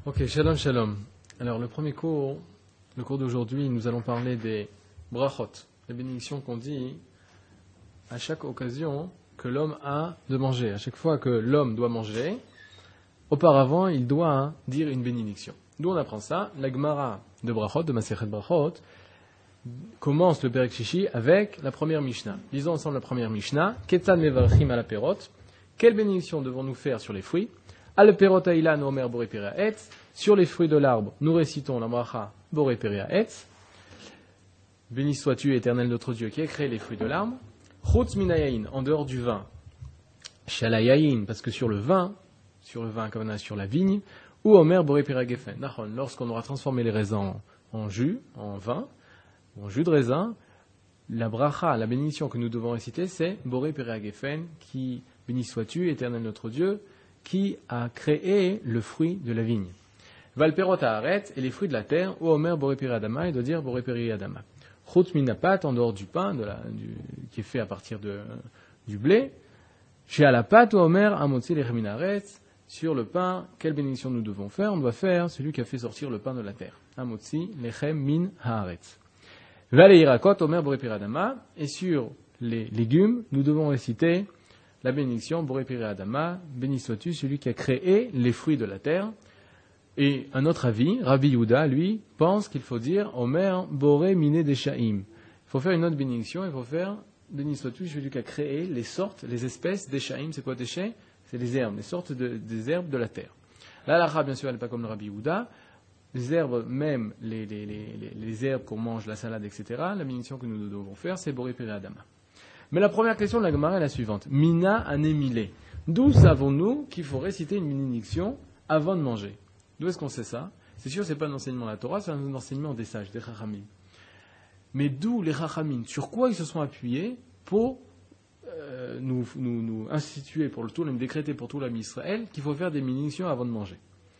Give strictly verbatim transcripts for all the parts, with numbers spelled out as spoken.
Ok, shalom, shalom. Alors, le premier cours, le cours d'aujourd'hui, nous allons parler des brachot, les bénédictions qu'on dit à chaque occasion que l'homme a de manger. À chaque fois que l'homme doit manger, auparavant, il doit hein, dire une bénédiction. D'où on apprend ça? La Gemara de brachot, de Masechet Brachot, commence le Perek Shishi avec la première Mishnah. Lisons ensemble la première Mishnah. Ketzad mevarchim ala perot. Quelle bénédiction devons-nous faire sur les fruits? Al perot ailan omer boré peria etz. Sur les fruits de l'arbre, nous récitons la bracha boré peria etz. Béni sois-tu, éternel notre Dieu, qui a créé les fruits de l'arbre. Chutz minayayin, en dehors du vin. Shalayayin, parce que sur le vin, sur le vin, comme on a sur la vigne, ou omer boré peria gefen. Lorsqu'on aura transformé les raisins en, en jus, en vin, en jus de raisin, la bracha, la bénédiction que nous devons réciter, c'est boré peria gefen, qui béni sois-tu, éternel notre Dieu, qui a créé le fruit de la vigne. Valperot haaretz, et les fruits de la terre, ou omer boré peria adama, il doit dire boré peria adama. Chutz minapat, en dehors du pain, de la, du, qui est fait à partir de, du blé. Chez alapat, ou omer amotzi lechem min haaretz, sur le pain, quelle bénédiction nous devons faire? On doit faire celui qui a fait sortir le pain de la terre. Amotzi lechem min haaretz. Valeirakot, omer boré peria adama, et sur les légumes, nous devons réciter la bénédiction, Boré Peria Adama, béni sois-tu, celui qui a créé les fruits de la terre. Et un autre avis, Rabbi Yehuda, lui, pense qu'il faut dire Omer Boré Miné Deshaim. Il faut faire une autre bénédiction, il faut faire béni sois-tu, celui qui a créé les sortes, les espèces Deshaim. C'est quoi déchets? C'est les herbes, les sortes de, des herbes de la terre. Là, la bien sûr, elle n'est pas comme le Rabbi Yehuda. Les herbes, même les, les, les, les, les herbes qu'on mange, la salade, et cetera, la bénédiction que nous devons faire, c'est Boré Peria Adama. Mais la première question de la Gemara est la suivante. Mina anémilé. D'où savons-nous qu'il faut réciter une bénédiction avant de manger? D'où est-ce qu'on sait ça? C'est sûr, ce n'est pas un enseignement de la Torah, c'est un enseignement des sages, des Chachamim. Mais d'où les Chachamim? Sur quoi ils se sont appuyés pour euh, nous, nous, nous instituer, pour le tout, nous décréter pour tout l'ami Israël qu'il faut faire des bénédictions avant de manger?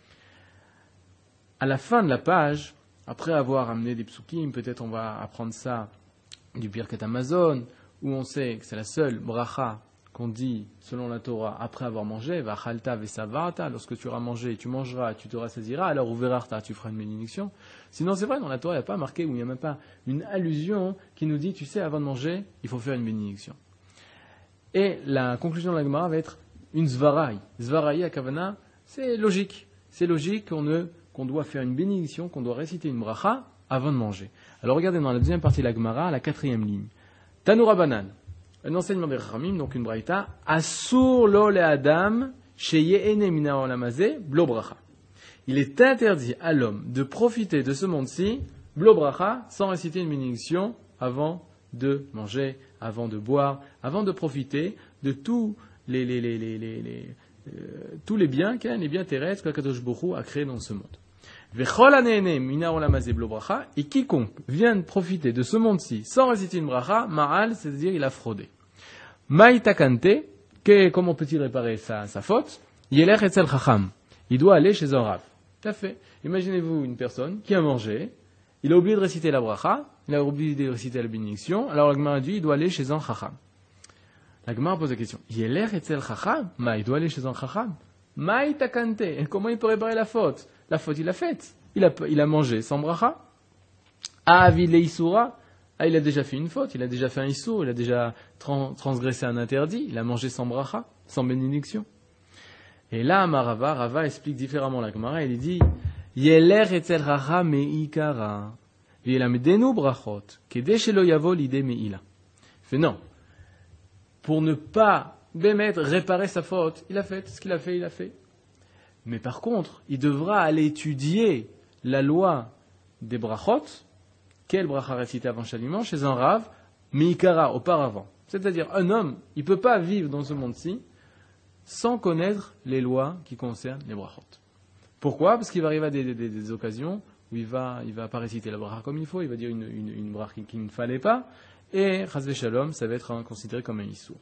À la fin de la page, après avoir amené des psukim, peut-être on va apprendre ça du Birkat Hamazon, où on sait que c'est la seule bracha qu'on dit, selon la Torah, après avoir mangé, vachalta vesavata, lorsque tu auras mangé, tu mangeras, tu te rassasiras, alors ouverarta, tu feras une bénédiction. Sinon, c'est vrai, dans la Torah, il n'y a pas marqué, où il n'y a même pas une allusion qui nous dit, tu sais, avant de manger, il faut faire une bénédiction. Et la conclusion de la Gemara va être une zvaraï. Zvaraï à Kavana, c'est logique. C'est logique qu'on, ne, qu'on doit faire une bénédiction, qu'on doit réciter une bracha avant de manger. Alors regardez dans la deuxième partie de la Gemara, la quatrième ligne. Tanoura Banan, un enseignement des Chachamim, donc une braïta, Asur lo le Adam, sheyehene mina olamazé, blo bracha. Il est interdit à l'homme de profiter de ce monde-ci, blo bracha, sans réciter une bénédiction avant de manger, avant de boire, avant de profiter de tous les, les, les, les, les, les, euh, tous les biens, les biens terrestres que Kadosh Baruch Hu a créés dans ce monde. Et quiconque vient de profiter de ce monde-ci sans réciter une bracha, ma'al, c'est-à-dire il a fraudé. Maïtakante, comment peut-il réparer sa, sa faute? Yeler etzel chacham. Il doit aller chez un rav. Tout à fait. Imaginez-vous une personne qui a mangé, il a oublié de réciter la bracha, il a oublié de réciter la bénédiction, alors la Gemara dit il doit aller chez un chacham. La Gemara pose la question, Yeler etzel chacham? Ma, il doit aller chez un chacham. Maïtakante, comment il peut réparer la faute? La faute, il l'a faite. Il a, il a mangé sans bracha. Avile isura. Ah, il a déjà fait une faute. Il a déjà fait un issour. Il a déjà trans, transgressé un interdit. Il a mangé sans bracha, sans bénédiction. Et là, Marava, Rava explique différemment la Gemara. Il dit, Yeler etzel racha meikara. V'yelamedenu brachot. Kedeshelo yavo l'idée meila. Il fait non. Pour ne pas bémettre, réparer sa faute, il a fait ce qu'il a fait, il a fait. Mais par contre, il devra aller étudier la loi des brachot, quelle bracha réciter avant chaque aliment, chez un rav, meikara, auparavant. C'est-à-dire, un homme, il ne peut pas vivre dans ce monde-ci sans connaître les lois qui concernent les brachot. Pourquoi? Parce qu'il va arriver à des, des, des occasions où il va, il va pas réciter la bracha comme il faut, il va dire une, une, une bracha qu'il ne fallait pas, et chas v'shalom, ça va être un, considéré comme un issour.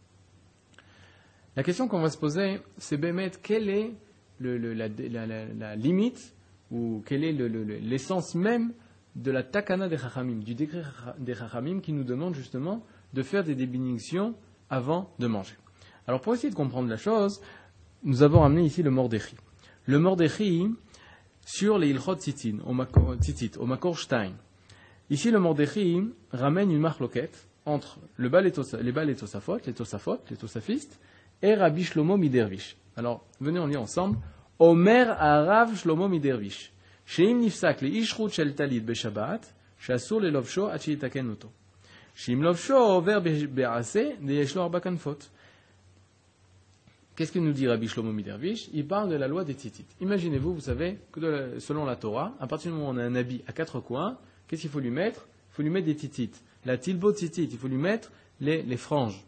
La question qu'on va se poser, c'est bémet, quelle est le, le, la, la, la, la limite, ou quelle est le, le, l'essence même de la takana des chachamim, du décret des chachamim qui nous demande justement de faire des bénédictions avant de manger. Alors pour essayer de comprendre la chose, nous avons amené ici le Mordéchi. Le Mordéchi, sur les Ilchot Tzitzit, au Makor, Tzitzit, au Makor Stein. Ici, le Mordechai ramène une marloquette entre le Baal et Tosa, les Baal et Tosafot, les Tosafot, les Tosafistes, et Rabbi Shlomo Midervish. Alors, venez on lit ensemble. Omer Arav Shlomo Midervish. Sheim nifsak le ishrut shel talit beshabbat, sheasur le lovsho ad sheyitaken oto. Sheim lovsho over be'aseh, deyesh lo arba kanfot. Qu'est-ce que nous dit Rabbi Shlomo Midervish? Il parle de la loi des tzitzit. Imaginez-vous, vous savez, que de la, selon la Torah, à partir du moment où on a un habit à quatre coins, qu'est-ce qu'il faut lui mettre? Il faut lui mettre des tzitzit. La tilbo tzitzit, il faut lui mettre les, les franges.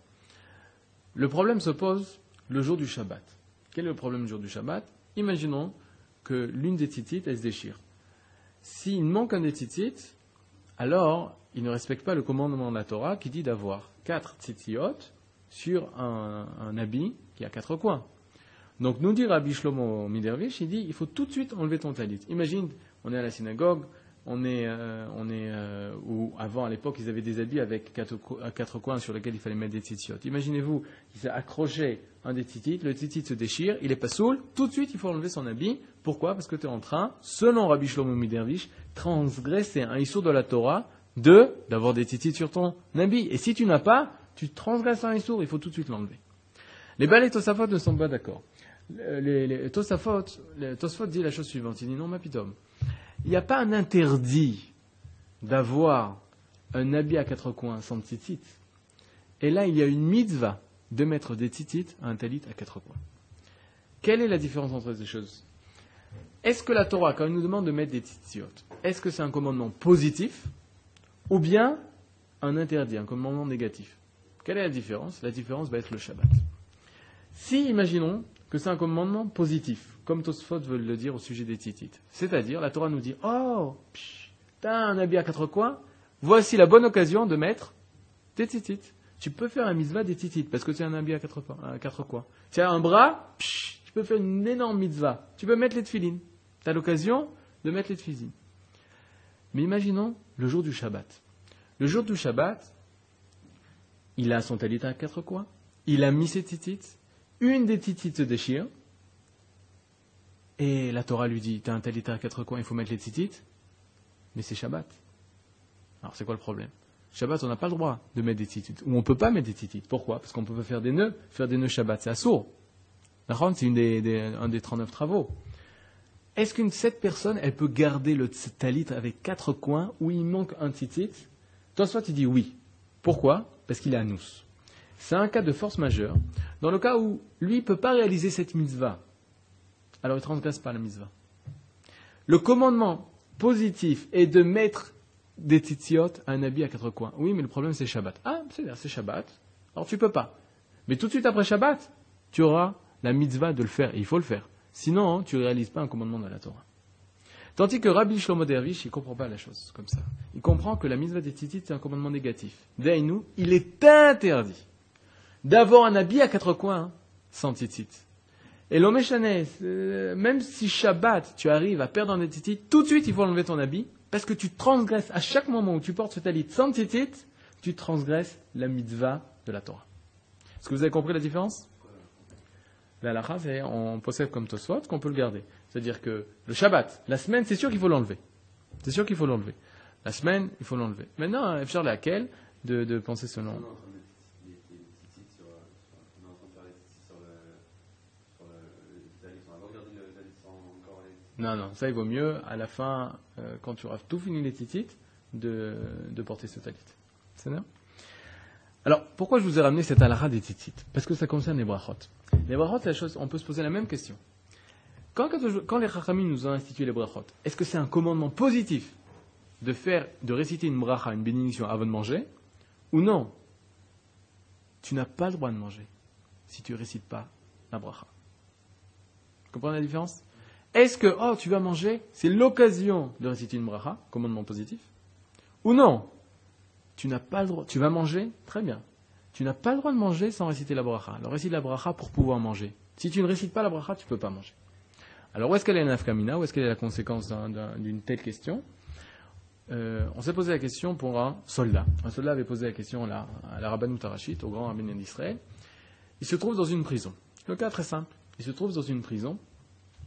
Le problème se pose le jour du Shabbat. Quel est le problème le jour du Shabbat? Imaginons que l'une des tzitzit, elle se déchire. S'il manque un des tzitzit, alors il ne respecte pas le commandement de la Torah qui dit d'avoir quatre tzitziot sur un, un habit qui a quatre coins. Donc nous dit Rabbi Shlomo Midervish, il dit il faut tout de suite enlever ton talit. Imagine, on est à la synagogue, on est, euh, on est euh, ou avant à l'époque ils avaient des habits avec quatre, quatre coins sur lesquels il fallait mettre des tzitziot. Imaginez-vous, il s'est accroché un des tzitzit, le tzitzit se déchire, il est pas saoul, tout de suite il faut enlever son habit. Pourquoi? Parce que tu es en train, selon Rabbi Shlomo Midervish, transgresser un issur de la Torah de d'avoir des tzitzit sur ton habit. Et si tu n'as pas, tu transgresses un issur, il faut tout de suite l'enlever. Les Baal et Tosafot ne sont pas d'accord. Les, les Tosafot, les Tosafot dit la chose suivante, il dit non, ma pitom. Il n'y a pas un interdit d'avoir un habit à quatre coins sans tzitzit. Et là, il y a une mitzvah de mettre des tzitzit à un talit à quatre coins. Quelle est la différence entre ces choses? Est-ce que la Torah, quand elle nous demande de mettre des tzitziot, est-ce que c'est un commandement positif ou bien un interdit, un commandement négatif? Quelle est la différence? La différence va être le Shabbat. Si, imaginons que c'est un commandement positif, comme Tosfot veut le dire au sujet des tzitzit. C'est-à-dire, la Torah nous dit, oh, tu as un habit à quatre coins, voici la bonne occasion de mettre des tzitzit. Tu peux faire un mitzvah des tzitzit, parce que tu as un habit à quatre, à quatre coins. Tu as un bras, psh, tu peux faire une énorme mitzvah. Tu peux mettre les tefilines. Tu as l'occasion de mettre les tefilines. Mais imaginons le jour du Shabbat. Le jour du Shabbat, il a son talit à quatre coins, il a mis ses tzitzit, une des tzitzit se déchire, et la Torah lui dit, tu as un talit à quatre coins, il faut mettre les tzitzit, mais c'est Shabbat. Alors c'est quoi le problème? Shabbat, on n'a pas le droit de mettre des tzitzit, ou on ne peut pas mettre des tzitzit. Pourquoi? Parce qu'on ne peut pas faire des nœuds, faire des nœuds Shabbat, c'est assourd. C'est une des, des, un des trente-neuf travaux. Est-ce qu'une cette personne, elle peut garder le talit avec quatre coins, où il manque un tzitzit? Toi, soit tu dis oui. Pourquoi? Parce qu'il est anous. C'est un cas de force majeure, dans le cas où lui ne peut pas réaliser cette mitzvah. Alors il ne transgresse pas la mitzvah. Le commandement positif est de mettre des tzitziot à un habit à quatre coins. Oui, mais le problème c'est Shabbat. Ah, c'est-à-dire c'est Shabbat. Alors tu ne peux pas. Mais tout de suite après Shabbat, tu auras la mitzvah de le faire, et il faut le faire. Sinon, tu ne réalises pas un commandement de la Torah. Tandis que Rabbi Shlomo Dervish, il ne comprend pas la chose comme ça. Il comprend que la mitzvah des tzitzit, c'est un commandement négatif. Dainu, il est interdit d'avoir un habit à quatre coins hein, sans tzitzit. Et l'homme échané, même si Shabbat, tu arrives à perdre un des tzitzit, tout de suite, il faut enlever ton habit, parce que tu transgresses, à chaque moment où tu portes ce talit sans tzitzit, tu transgresses la mitzvah de la Torah. Est-ce que vous avez compris la différence? La halakha, c'est on possède comme Tosfot qu'on peut le garder. C'est-à-dire que le Shabbat, la semaine, c'est sûr qu'il faut l'enlever. C'est sûr qu'il faut l'enlever. La semaine, il faut l'enlever. Maintenant, Efchar laquelle de, de penser selon. Non, non, ça il vaut mieux à la fin, euh, quand tu auras tout fini les tzitzit, de, de porter ce talit. C'est ça? Alors, pourquoi je vous ai ramené cette halakha des tzitzit? Parce que ça concerne les brachot. Les brachot, la chose, on peut se poser la même question. Quand, quand les chachamim nous ont institué les brachot, est-ce que c'est un commandement positif de faire, de réciter une bracha, une bénédiction avant de manger, ou non? Tu n'as pas le droit de manger si tu ne récites pas la bracha. Vous comprenez la différence? Est-ce que, oh, tu vas manger, c'est l'occasion de réciter une bracha, commandement positif, ou non? Tu n'as pas le droit, tu vas manger, très bien. Tu n'as pas le droit de manger sans réciter la bracha. Alors récite la bracha pour pouvoir manger. Si tu ne récites pas la bracha, tu ne peux pas manger. Alors où est-ce qu'elle est la nafkamina? Où est-ce qu'elle est la conséquence d'un, d'un, d'une telle question? euh, On s'est posé la question pour un soldat. Un soldat avait posé la question là, à la Rabbanou Tarashit, au grand rabbin d'Israël. Il se trouve dans une prison. Le cas est très simple. Il se trouve dans une prison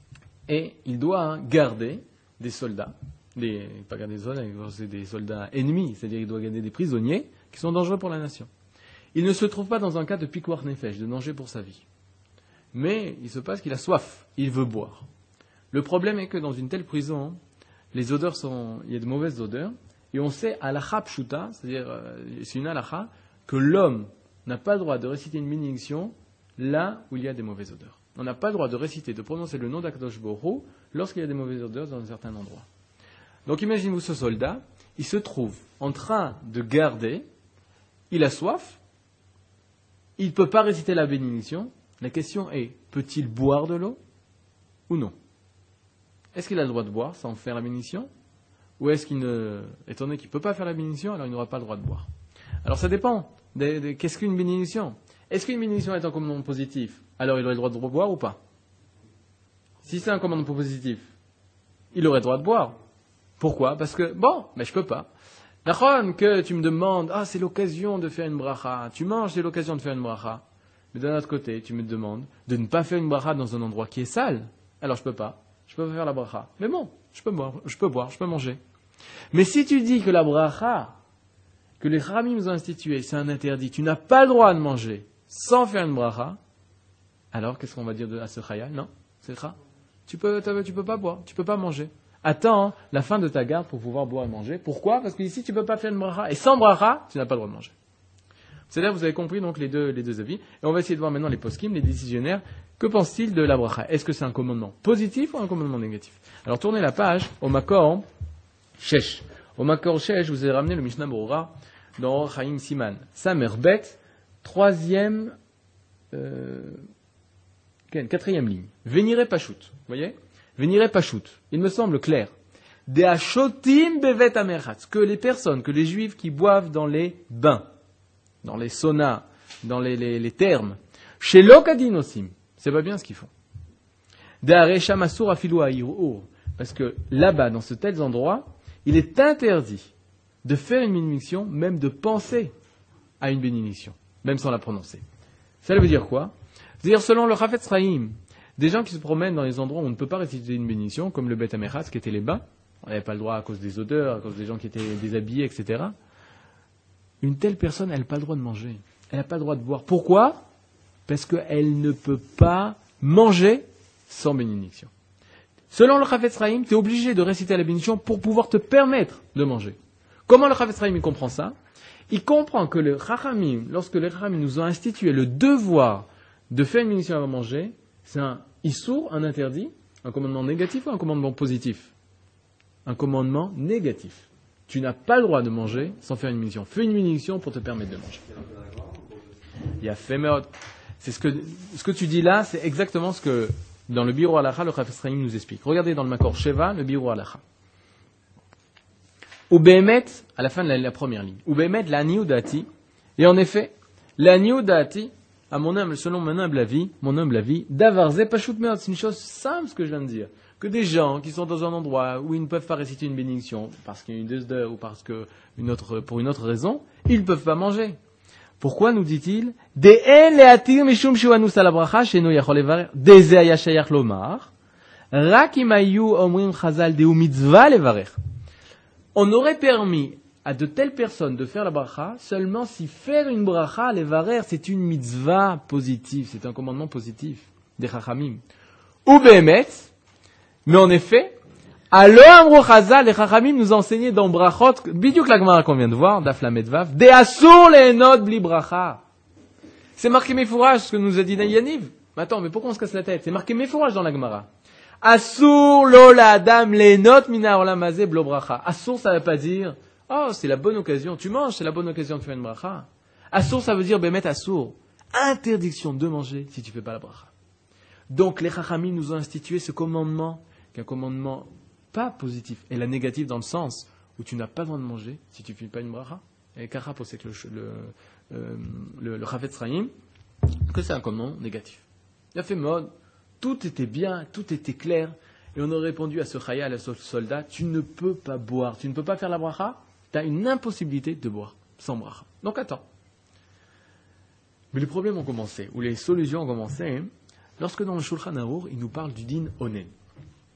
et il doit garder des soldats, des, pas garder des soldats, c'est des soldats ennemis, c'est-à-dire il doit garder des prisonniers qui sont dangereux pour la nation. Il ne se trouve pas dans un cas de pikwar nefesh, de danger pour sa vie. Mais il se passe qu'il a soif, il veut boire. Le problème est que dans une telle prison, les odeurs sont, il y a de mauvaises odeurs, et on sait halakha pshuta, c'est-à-dire, euh, c'est une halakha, que l'homme n'a pas le droit de réciter une bénédiction là où il y a des mauvaises odeurs. On n'a pas le droit de réciter, de prononcer le nom d'Akadosh Baruch Hu lorsqu'il y a des mauvaises odeurs dans un certain endroit. Donc imaginez-vous ce soldat, il se trouve en train de garder, il a soif, il ne peut pas réciter la bénédiction. La question est, peut-il boire de l'eau ou non? Est-ce qu'il a le droit de boire sans faire la bénédiction? Ou est-ce qu'il ne, étant donné qu'il ne peut pas faire la bénédiction, alors il n'aura pas le droit de boire? Alors ça dépend. De, de, qu'est-ce qu'une bénédiction? Est-ce qu'une bénédiction est un commandement positif? Alors il aurait le droit de boire ou pas? Si c'est un commandement positif, il aurait le droit de boire. Pourquoi? Parce que, bon, mais je peux pas. D'accord, que tu me demandes, ah, c'est l'occasion de faire une bracha. Tu manges, c'est l'occasion de faire une bracha. Mais d'un autre côté, tu me demandes de ne pas faire une bracha dans un endroit qui est sale. Alors je peux pas. Je peux pas faire la bracha. Mais bon, je peux boire, je peux boire, je peux manger. Mais si tu dis que la bracha, que les Chachamim nous ont institué, c'est un interdit, tu n'as pas le droit de manger sans faire une bracha, alors qu'est-ce qu'on va dire de, à ce chaya? Non, c'est le Tu peux, tu peux pas boire, tu peux pas manger. Attends la fin de ta garde pour pouvoir boire et manger. Pourquoi? Parce qu'ici, tu ne peux pas faire une bracha. Et sans bracha, tu n'as pas le droit de manger. C'est-à-dire, vous avez compris donc les deux, les deux avis. Et on va essayer de voir maintenant les poskim, les décisionnaires. Que pensent-ils de la bracha? Est-ce que c'est un commandement positif ou un commandement négatif? Alors, tournez la page au Makor Shesh. Au Makor Shesh, je vous ai ramené le Mishnah Berurah dans Chaim Siman. Samer Bet, troisième, euh, quatrième ligne. Venire Pashut. Vous voyez? Venire Pashut. Il me semble clair. De Ashotim Bevet Amerchatz. Que les personnes, que les juifs qui boivent dans les bains, dans les saunas, dans les, les, les thermes, chez l'Okadinosim, c'est pas bien ce qu'ils font. De Arecha Masur Afilu Aïrur. Parce que là-bas, dans ce tels endroits, il est interdit de faire une bénédiction, même de penser à une bénédiction, même sans la prononcer. Ça veut dire quoi? C'est-à-dire, selon le Chafetz Chaim, des gens qui se promènent dans les endroits où on ne peut pas réciter une bénédiction, comme le Bet Amerchatz, qui était les bains, on n'avait pas le droit à cause des odeurs, à cause des gens qui étaient déshabillés, et cetera. Une telle personne, elle n'a pas le droit de manger. Elle n'a pas le droit de boire. Pourquoi? Parce qu'elle ne peut pas manger sans bénédiction. Selon le Chafetz Chaim, tu es obligé de réciter la bénédiction pour pouvoir te permettre de manger. Comment le Chafetz Chaim il comprend ça? Il comprend que le Chachamim, lorsque les Chachamim nous ont institué le devoir de faire une bénédiction avant de manger, c'est un issour, un interdit, un commandement négatif ou un commandement positif? Un commandement négatif. Tu n'as pas le droit de manger sans faire une bénédiction. Fais une bénédiction pour te permettre de manger. Il y a Femeot. C'est ce que, ce que tu dis là, c'est exactement ce que, dans le Biur Halacha, le Chafetz Chaim nous explique. Regardez dans le Makor Sheva, le Biur Halacha. Ou Behemet, à la fin de la, la première ligne. Ou Behemet, la Niudati. Et en effet, la Niudati, à mon humble, selon mon humble avis, mon humble avis, Davarze Pashut Meot, c'est une chose simple ce que je viens de dire. Que des gens qui sont dans un endroit où ils ne peuvent pas réciter une bénédiction, parce qu'il y a une désodeur ou parce que une autre, pour une autre raison, ils ne peuvent pas manger. Pourquoi nous dit-il? De'en le'atir mishum shuanu salabracha sheno yachol levarer. Deze haya shayach lomar. Rak im hayu omrim chazal deu mitzvah levarer. On aurait permis à de telles personnes de faire la bracha seulement si faire une bracha levarer, c'est une mitzvah positive, c'est un commandement positif des chachamim. Ou behemet, mais en effet, alors Amrou Chazal, les Chachamim nous enseignaient dans Brachot, bidiuk la Gemara qu'on vient de voir, Daf Lamed Vav, de Asur le'enot bli bracha. C'est marqué Mefourage, ce que nous a dit Yaniv. Mais attends, mais pourquoi on se casse la tête? C'est marqué Mefourage dans la Gemara. Asur lo la adam le'enot mina olam hazeh blo bracha. Asur, ça veut pas dire, oh, c'est la bonne occasion, tu manges, c'est la bonne occasion de faire une bracha. Asur, ça veut dire, bemet asur. Interdiction de manger si tu fais pas la bracha. Donc, les Chachamim nous ont institué ce commandement, qu'un commandement pas positif, et la négative dans le sens où tu n'as pas le droit de manger si tu ne fais pas une bracha. Et Kara possède le, le, euh, le, le Chafetz Chaim, que c'est un commandement négatif. Il a fait mode, tout était bien, tout était clair, et on aurait répondu à ce chaya, à ce soldat, tu ne peux pas boire, tu ne peux pas faire la bracha, tu as une impossibilité de boire sans bracha. Donc attends. Mais les problèmes ont commencé, ou les solutions ont commencé, hein, lorsque dans le Shulchan Aruch, il nous parle du din onen.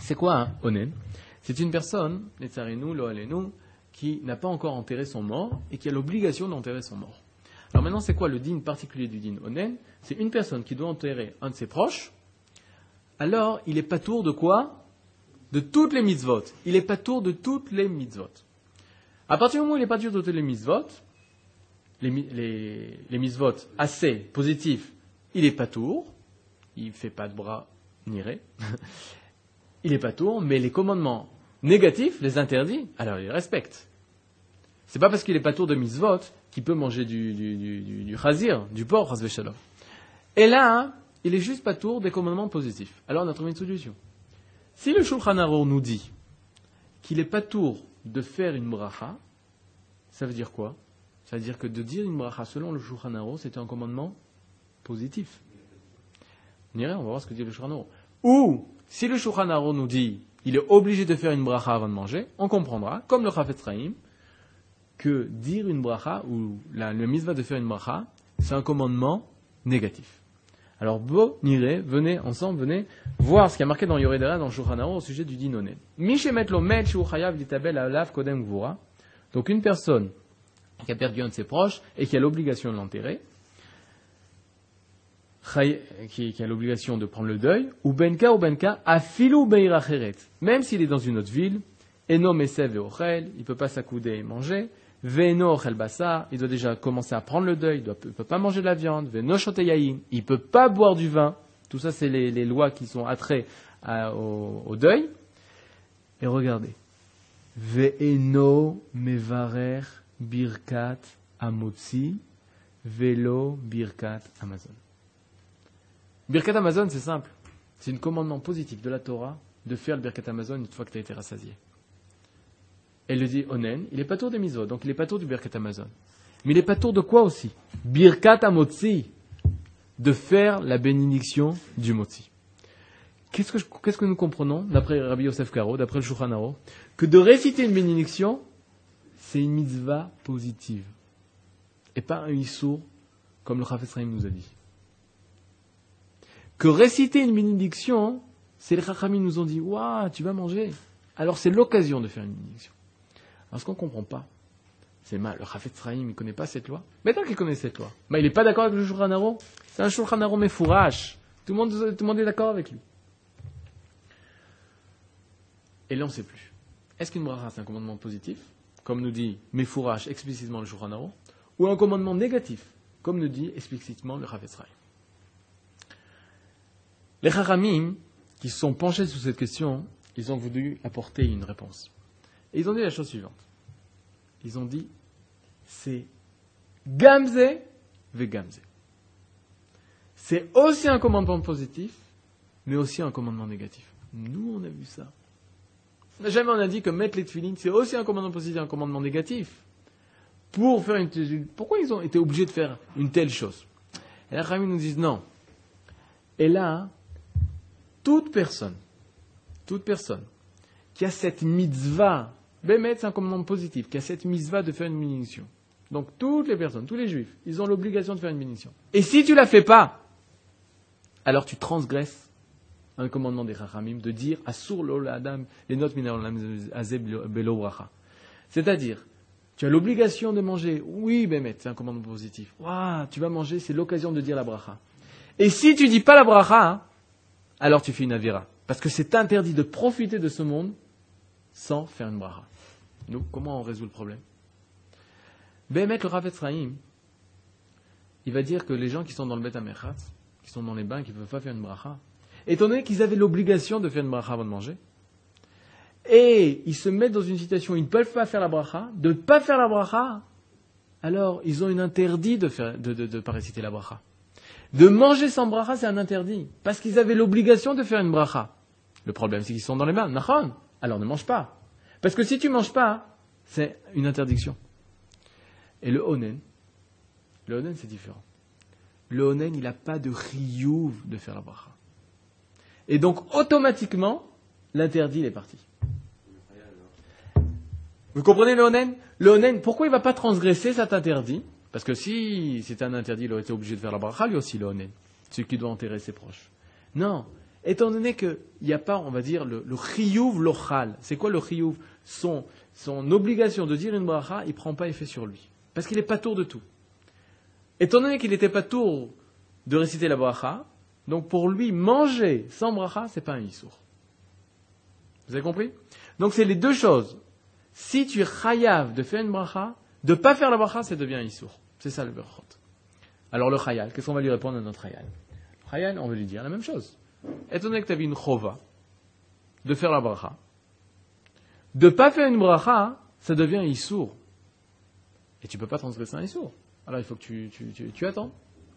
C'est quoi un onen? C'est une personne, les tsarinu, l'oalenu, qui n'a pas encore enterré son mort et qui a l'obligation d'enterrer son mort. Alors maintenant, c'est quoi le din particulier du din onen? C'est une personne qui doit enterrer un de ses proches. Alors, il est patour de quoi? De toutes les mitzvot. Il est patour de toutes les mitzvot. À partir du moment où il est patour de toutes les mitzvot, les, les, les mitzvot assez positifs, il est patour. Il ne fait pas de bras ni ré. Il est patour, mais les commandements négatifs, les interdits, alors il les respecte. C'est pas parce qu'il est patour de mitzvot qu'il peut manger du, du, du, du, du chazir, du porc, chas v'shalom. Et là, il est juste patour des commandements positifs. Alors on a trouvé une solution. Si le Shulchan Aruch nous dit qu'il est patour de faire une bracha, ça veut dire quoi? Ça veut dire que de dire une bracha selon le Shulchan Aruch, c'était un commandement positif. On ira, on va voir ce que dit le Shulchan Aruch. Ou, si le Shulchan Aruch nous dit qu'il est obligé de faire une bracha avant de manger, on comprendra, comme le Chafetz Chaim, que dire une bracha, ou la, le mitzvah de faire une bracha, c'est un commandement négatif. Alors, bon, niré, venez ensemble, venez voir ce qui a marqué dans Yoreh De'ara, dans le Shulchan Aruch, au sujet du din onen. Mishemet lo met shu chayav litabel alav kodem gvura. Donc, une personne qui a perdu un de ses proches et qui a l'obligation de l'enterrer, qui, qui a l'obligation de prendre le deuil, ou benka ou benka, afilu beir acheret. Même s'il est dans une autre ville, eno mesev ve'ochel, il ne peut pas s'accouder et manger, ve'eno ochel basa, il doit déjà commencer à prendre le deuil, il ne peut pas manger de la viande, ve'no shote yayin, il ne peut pas boire du vin. Tout ça, c'est les, les lois qui sont attraits à, au, au deuil. Et regardez. Ve'eno mevarer birkat amotzi, velo birkat amazon. Birkat Amazon, c'est simple. C'est un commandement positif de la Torah de faire le Birkat Amazon une fois que tu as été rassasié. Elle le dit onen, il n'est pas tour des mitzvot, donc il n'est pas tour du Birkat Amazon. Mais il n'est pas tour de quoi aussi? Birkat Amotzi, de faire la bénédiction du Motzi. Qu'est-ce que, je, qu'est-ce que nous comprenons, d'après Rabbi Yosef Karo, d'après le Shulchan Aruch, que de réciter une bénédiction, c'est une mitzvah positive. Et pas un issour, comme le Chafetz Chaim nous a dit. Que réciter une bénédiction, c'est les Chachamim nous ont dit, waouh, tu vas manger. Alors c'est l'occasion de faire une bénédiction. Alors ce qu'on ne comprend pas, c'est mal, le Chafetz Chaim, il ne connaît pas cette loi. Mais tant qu'il connaît cette loi, mais il n'est pas d'accord avec le Shulchan Aruch. C'est un Shulchan Aruch mefourash. Tout le monde, tout le monde est d'accord avec lui. Et là on ne sait plus. Est-ce qu'une bracha c'est un commandement positif, comme nous dit mefourash explicitement le Shulchan Aruch, ou un commandement négatif, comme nous dit explicitement le Chafetz Chaim? Les Chachamim, qui se sont penchés sur cette question, ils ont voulu apporter une réponse. Et ils ont dit la chose suivante. Ils ont dit, c'est gamze ve gamze. C'est aussi un commandement positif, mais aussi un commandement négatif. Nous, on a vu ça. Jamais on a dit que mettre les tefilines, c'est aussi un commandement positif et un commandement négatif. Pour faire une, pourquoi ils ont été obligés de faire une telle chose? Et les Chachamim nous disent non. Et là, toute personne, toute personne qui a cette mitzvah, bémet, c'est un commandement positif, qui a cette mitzvah de faire une bénédiction. Donc toutes les personnes, tous les juifs, ils ont l'obligation de faire une bénédiction. Et si tu ne la fais pas, alors tu transgresses un commandement des Chachamim de dire Asur lo l'adam les notes minarolam azeb belo bracha. C'est-à-dire, tu as l'obligation de manger. Oui, bémet, c'est un commandement positif. Waouh, tu vas manger, c'est l'occasion de dire la bracha. Et si tu dis pas la bracha, hein, alors tu fais une avira. Parce que c'est interdit de profiter de ce monde sans faire une bracha. Nous, comment on résout le problème? Bémet, le Chafetz Chaim, il va dire que les gens qui sont dans le Bet HaMechatz, qui sont dans les bains, qui ne peuvent pas faire une bracha, étant donné qu'ils avaient l'obligation de faire une bracha avant de manger, et ils se mettent dans une situation où ils ne peuvent pas faire la bracha, de ne pas faire la bracha, alors ils ont un interdit de ne de, de, de pas réciter la bracha. De manger sans bracha, c'est un interdit. Parce qu'ils avaient l'obligation de faire une bracha. Le problème, c'est qu'ils sont dans les bains. Nachon. Alors ne mange pas. Parce que si tu ne manges pas, c'est une interdiction. Et le onen, le onen, c'est différent. Le onen, il n'a pas de chiyuv de faire la bracha. Et donc, automatiquement, l'interdit, il est parti. Vous comprenez le onen? Le onen, pourquoi il ne va pas transgresser cet interdit? Parce que si c'était un interdit, il aurait été obligé de faire la bracha, lui aussi, le onen, celui qui doit enterrer ses proches. Non, étant donné qu'il n'y a pas, on va dire, le, le chiyuv lochal. C'est quoi le chiyuv? son, son obligation de dire une bracha, il ne prend pas effet sur lui. Parce qu'il n'est pas tour de tout. Étant donné qu'il n'était pas tour de réciter la bracha, donc pour lui, manger sans bracha, ce n'est pas un issour. Vous avez compris? Donc c'est les deux choses. Si tu es chayav de faire une bracha, de ne pas faire la bracha, ça devient un issour. C'est ça le berachot. Alors le chayal, qu'est-ce qu'on va lui répondre à notre chayal? Le chayal, on va lui dire la même chose. Étant donné que tu avais une chova de faire la bracha, de ne pas faire une bracha, ça devient un issour. Et tu ne peux pas transgresser un issour. Alors il faut que tu, tu, tu, tu attends.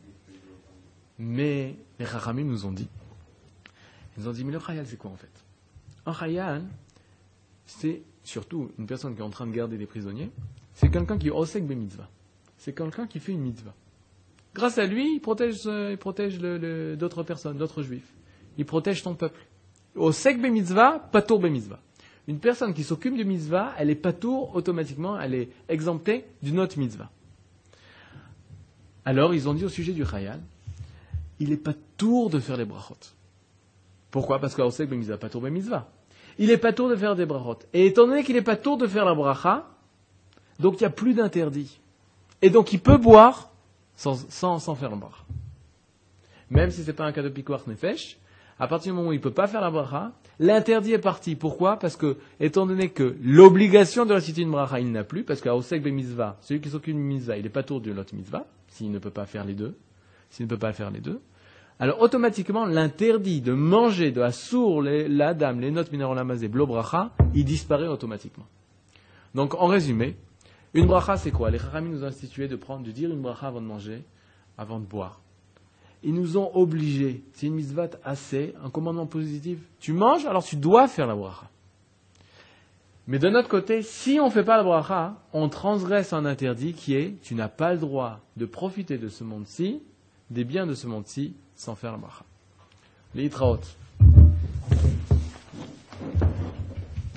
Mais les Chachamim nous ont dit, ils nous ont dit, mais le chayal c'est quoi en fait? Un chayal, c'est surtout une personne qui est en train de garder des prisonniers, c'est quelqu'un qui osek be mitzvah. C'est quelqu'un qui fait une mitzvah. Grâce à lui, il protège, il protège le, le, d'autres personnes, d'autres juifs. Il protège ton peuple. Osek be mitzvah, patour be mitzvah. Une personne qui s'occupe de mitzvah, elle est patour automatiquement, elle est exemptée d'une autre mitzvah. Alors, ils ont dit au sujet du chayal, il n'est pas tour de faire les brachot. Pourquoi? Parce qu'Aosek ben mitzvah, pas tour ben mitzvah. Il n'est pas tour de faire des brachot. Et étant donné qu'il n'est pas tour de faire la bracha, donc il n'y a plus d'interdit. Et donc il peut boire sans, sans, sans faire la bracha. Même si ce n'est pas un cas de pikuach nefesh, à partir du moment où il ne peut pas faire la bracha, l'interdit est parti. Pourquoi? Parce que, étant donné que l'obligation de réciter une bracha, il n'a plus, parce qu'Aosek ben mitzvah, celui qui s'occupe d'une mitzvah, il n'est pas tour de l'autre mitzvah, s'il ne peut pas faire les deux. S'il ne peut pas faire les deux, alors automatiquement l'interdit de manger de assour, les, la dame, les notes minérales amazées, blo bracha, il disparaît automatiquement. Donc en résumé, une bracha c'est quoi? Les Chachamim nous ont institué de prendre, de dire une bracha avant de manger, avant de boire. Ils nous ont obligés, c'est une mitzvah assez, un commandement positif. Tu manges, alors tu dois faire la bracha. Mais de notre côté, si on ne fait pas la bracha, on transgresse un interdit qui est, tu n'as pas le droit de profiter de ce monde-ci, des biens de ce monde-ci, sans faire la bracha. Les Yitraot.